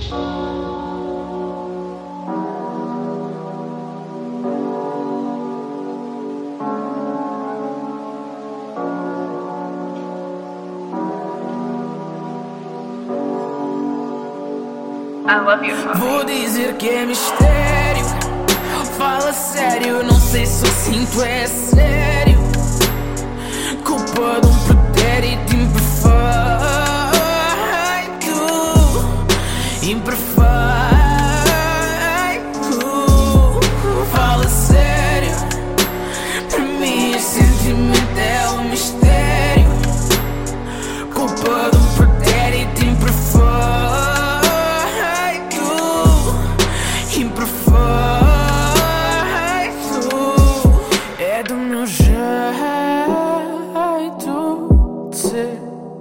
I love you, mommy. Vou dizer que é mistério. Fala sério, não sei se eu sinto é sério. Culpa de um pretérito imperfeito. Imperfeito. Fala sério. Para mim esse sentimento é um mistério. Culpa de um pretérito imperfeito. É do meu jeito de ser.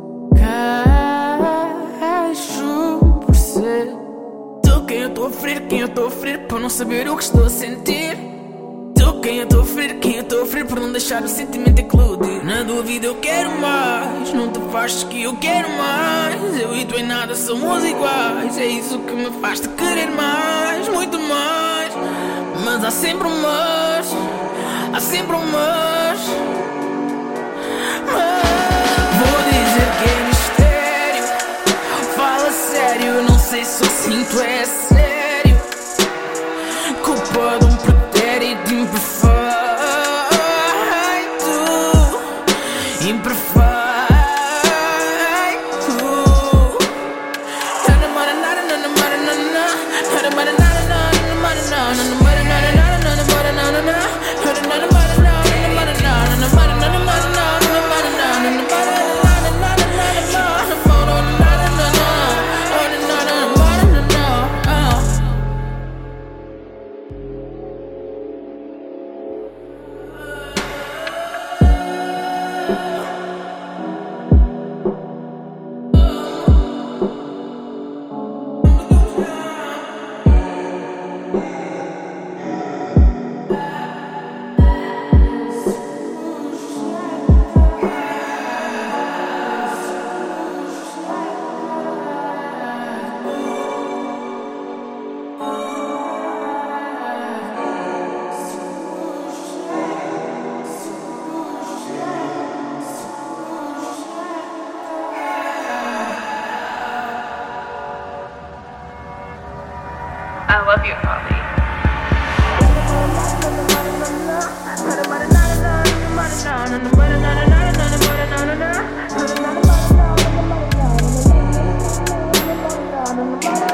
Queixo por ser. Tu quem eu estou a ferir, por não saber o que estou a sentir. Tu quem eu estou a ferir, por não deixar o sentimento eclodir. Na dúvida eu quero mais, não te fazes que eu quero mais. Eu e tu em nada somos iguais, é isso que me faz te querer mais, muito mais. Mas há sempre um mas, há sempre um mas. Vou dizer que é mistério. Fala sério, não sei se eu sinto é sério. Culpa de um pretérito imperfeito. Imperfeito. I love you, mommy. Na na na na